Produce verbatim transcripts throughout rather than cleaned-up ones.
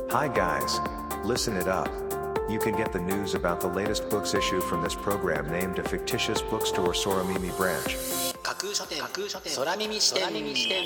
Hi guys, listen it up. You can get the news about the latest books issue from this program named a fictitious bookstore Soramimi branch. 架空書店空耳視点。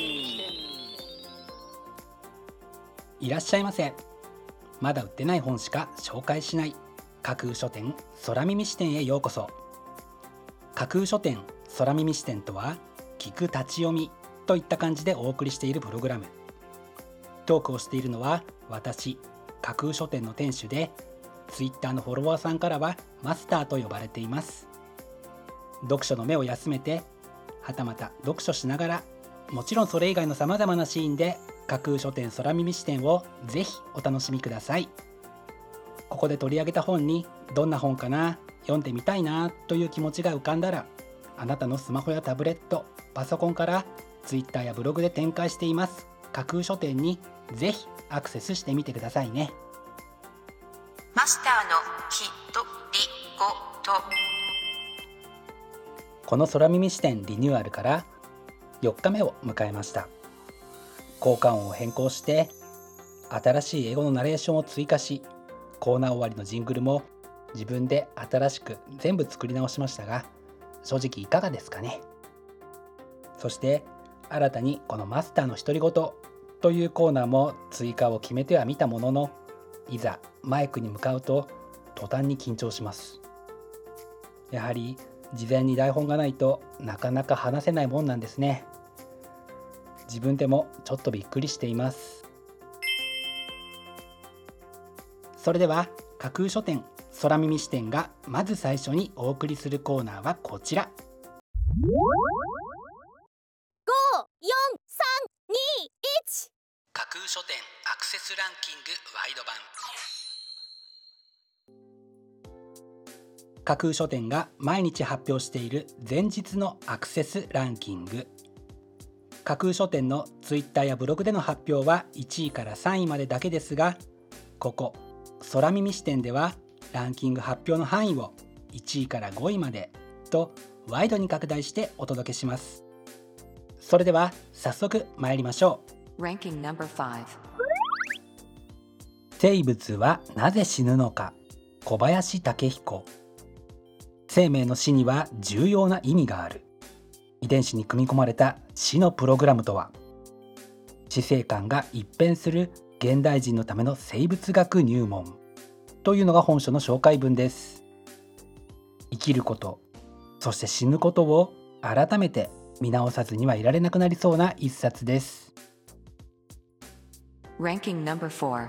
いらっしゃいませ。まだ売ってない本しか紹介しない架空書店空耳視点へようこそ。架空書店空耳視点とは、聞く立ち読みといった感じでお送りしているプログラム。トークをしているのは私、架空書店の店主で、Twitter のフォロワーさんからはマスターと呼ばれています。読書の目を休めて、はたまた読書しながら、もちろんそれ以外のさまざまなシーンで架空書店空耳視点をぜひお楽しみください。ここで取り上げた本にどんな本かな、読んでみたいなという気持ちが浮かんだら、あなたのスマホやタブレット、パソコンから Twitter やブログで展開しています架空書店にぜひアクセスしてみてくださいね。 マスターのひとりごと。 この空耳視点リニューアルからよっかめを迎えました。効果音を変更して新しい英語のナレーションを追加し、コーナー終わりのジングルも自分で新しく全部作り直しましたが、正直いかがですかね。そして新たにこのマスターの独り言というコーナーも追加を決めてはみたものの、いざマイクに向かうと途端に緊張します。やはり事前に台本がないとなかなか話せないもんなんですね。自分でもちょっとびっくりしています。それでは架空書店空耳視点がまず最初にお送りするコーナーはこちら。 ご、よん、さん、に、いち。 架空書店アクセスランキングワイド版。架空書店が毎日発表している前日のアクセスランキング。架空書店のツイッターやブログでの発表はいちいからさんいまでだけですが、ここ空耳視点ではランキング発表の範囲をいちいからごいまでとワイドに拡大してお届けします。それでは早速参りましょう。 Ranking number five。 生物はなぜ死ぬのか、小林武彦。生命の死には重要な意味がある。遺伝子に組み込まれた死のプログラムとは。死生観が一変する現代人のための生物学入門というのが本書の紹介文です。生きること、そして死ぬことを改めて見直さずにはいられなくなりそうな一冊です。 Ranking number four。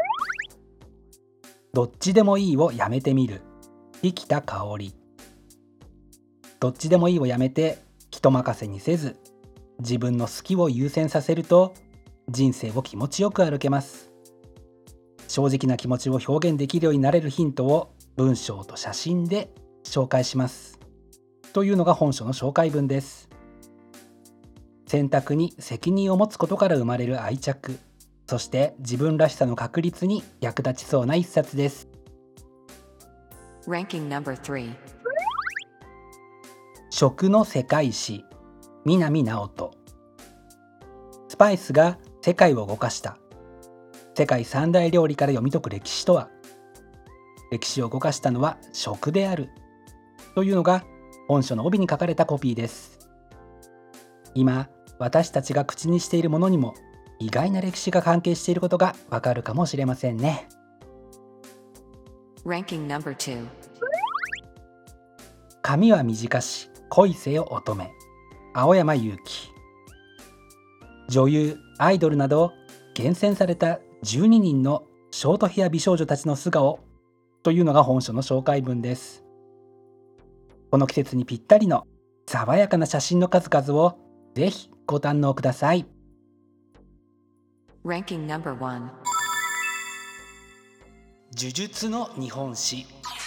どっちでもいいをやめてみる、生きた香り。どっちでもいいをやめて人任せにせず、自分の好きを優先させると人生を気持ちよく歩けます。正直な気持ちを表現できるようになれるヒントを文章と写真で紹介します。というのが本書の紹介文です。選択に責任を持つことから生まれる愛着、そして自分らしさの確立に役立ちそうな一冊です。 Ranking number three。 食の世界史、南直人。スパイスが世界を動かした。世界三大料理から読み解く歴史とは。歴史を動かしたのは食である。というのが本書の帯に書かれたコピーです。今、私たちが口にしているものにも意外な歴史が関係していることがわかるかもしれませんね。 Ranking number two。 髪は短し恋せよ乙女、青山祐希。女優、アイドルなど厳選されたじゅうににんのショートヘア美少女たちの素顔というのが本書の紹介文です。この季節にぴったりの爽やかな写真の数々をぜひご堪能ください。 Ranking number one。 呪術の日本史。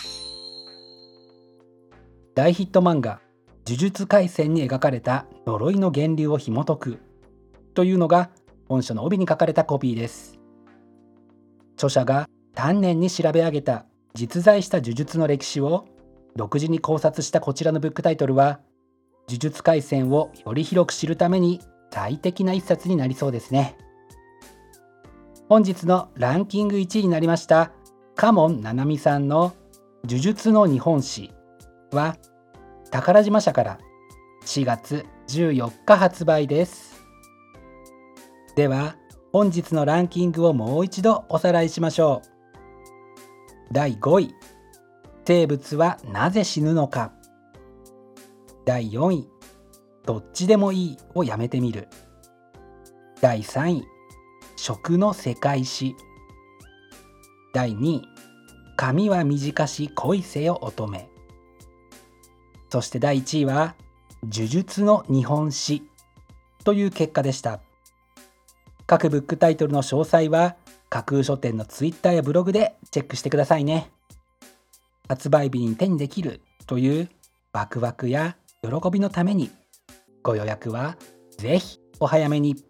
大ヒット漫画呪術廻戦に描かれた呪いの源流を紐解くというのが本書の帯に書かれたコピーです。著者が丹念に調べ上げた実在した呪術の歴史を独自に考察したこちらのブックタイトルは、呪術廻戦をより広く知るために最適な一冊になりそうですね。 本日のランキングいちいになりました嘉門七海さんの呪術の日本史は宝島社からしがつじゅうよっか発売です。では本日のランキングをもう一度おさらいしましょう。だいごい、生物はなぜ死ぬのか。だいよんい、どっちでもいいをやめてみる。だいさんい、食の世界史。だいにい、髪は短し恋せよ乙女。そしてだいいちいは呪術の日本史という結果でした。各ブックタイトルの詳細は架空書店のツイッターやブログでチェックしてくださいね。発売日に手にできるというワクワクや喜びのためにご予約はぜひお早めに。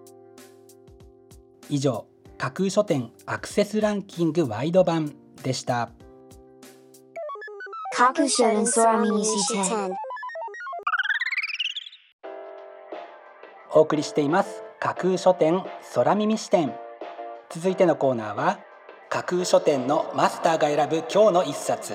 以上、架空書店アクセスランキングワイド版でした。 架空書店空耳視点。 お送りしています架空書店空耳視点。続いてのコーナーは架空書店のマスターが選ぶ今日の一冊。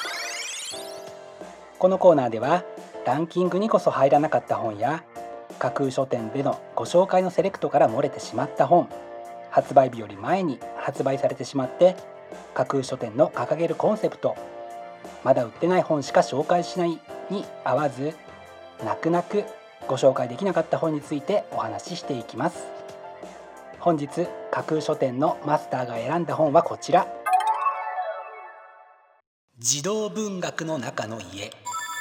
このコーナーではランキングにこそ入らなかった本や架空書店でのご紹介のセレクトから漏れてしまった本、発売日より前に発売されてしまって架空書店の掲げるコンセプトまだ売ってない本しか紹介しないに合わず、泣く泣くご紹介できなかった本についてお話ししていきます。本日架空書店のマスターが選んだ本はこちら。児童文学の中の家。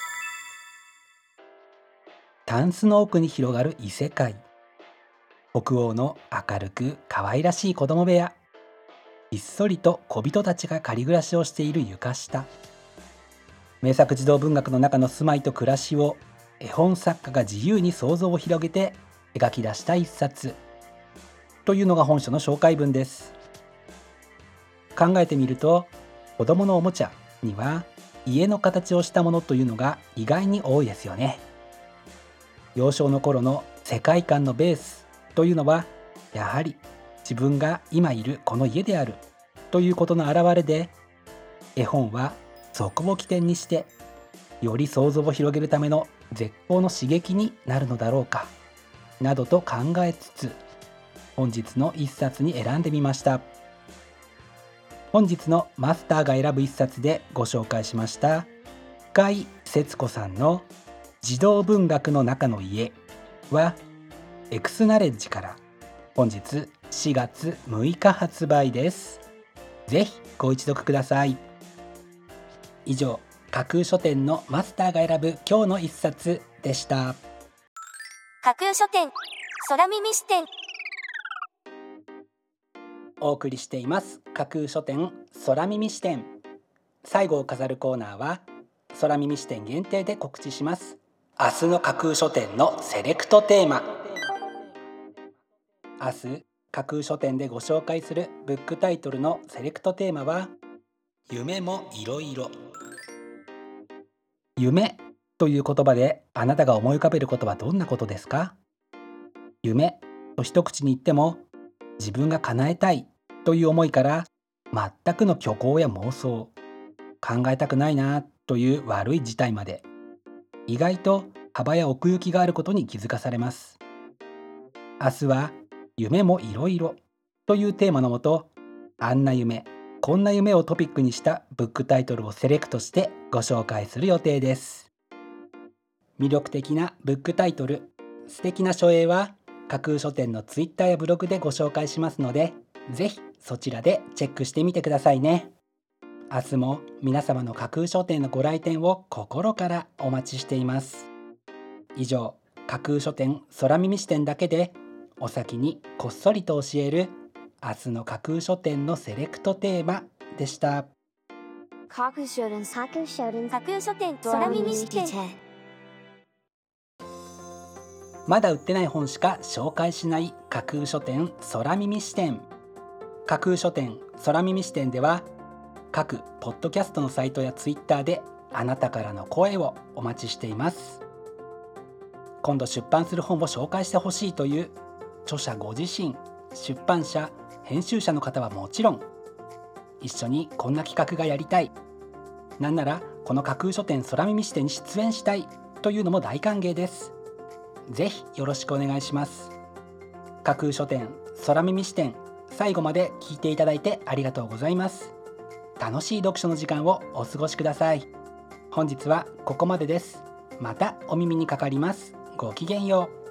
タンスの奥に広がる異世界。北欧の明るく可愛らしい子供部屋。ひっそりと小人たちが仮暮らしをしている床下。名作児童文学の中の住まいと暮らしを絵本作家が自由に想像を広げて描き出した一冊というのが本書の紹介文です。考えてみると、子供のおもちゃには家の形をしたものというのが意外に多いですよね。幼少の頃の世界観のベースというのはやはり自分が今いるこの家であるということの表れで、絵本はそこを起点にしてより想像を広げるための絶好の刺激になるのだろうかなどと考えつつ、本日の一冊に選んでみました。本日のマスターが選ぶ一冊でご紹介しました深井節子さんの児童文学の中の家はエクスナレッジから本日しがつむいか発売です。ぜひご一読ください。以上、架空書店のマスターが選ぶ今日の一冊でした。 架空書店空耳視点。 お送りしています架空書店空耳視点。最後を飾るコーナーは空耳視点限定で告知します。明日の架空書店のセレクトテーマ。明日架空書店でご紹介するブックタイトルのセレクトテーマは夢もいろいろ。夢という言葉であなたが思い浮かべることはどんなことですか？夢と一口に言っても自分が叶えたいという思いから全くの虚構や妄想、考えたくないなという悪い事態まで、意外と幅や奥行きがあることに気づかされます。明日は夢もいろいろというテーマのもと、あんな夢こんな夢をトピックにしたブックタイトルをセレクトしてご紹介する予定です。魅力的なブックタイトル、素敵な書影は架空書店のツイッターやブログでご紹介しますので、ぜひそちらでチェックしてみてくださいね。明日も皆様の架空書店のご来店を心からお待ちしています。以上、架空書店空耳視点だけでお先にこっそりと教える明日の架空書店のセレクトテーマでした。 架空書店架空書店架空書店空耳視点。 まだ売ってない本しか紹介しない架空書店空耳視点。架空書店空耳視点では各ポッドキャストのサイトやツイッターであなたからの声をお待ちしています。今度出版する本を紹介してほしいという著者ご自身出版社編集者の方はもちろん、一緒にこんな企画がやりたい、なんならこの架空書店空耳視点に出演したいというのも大歓迎です。ぜひよろしくお願いします。架空書店空耳視点、最後まで聞いていただいてありがとうございます。楽しい読書の時間をお過ごしください。本日はここまでです。またお耳にかかります。ごきげんよう。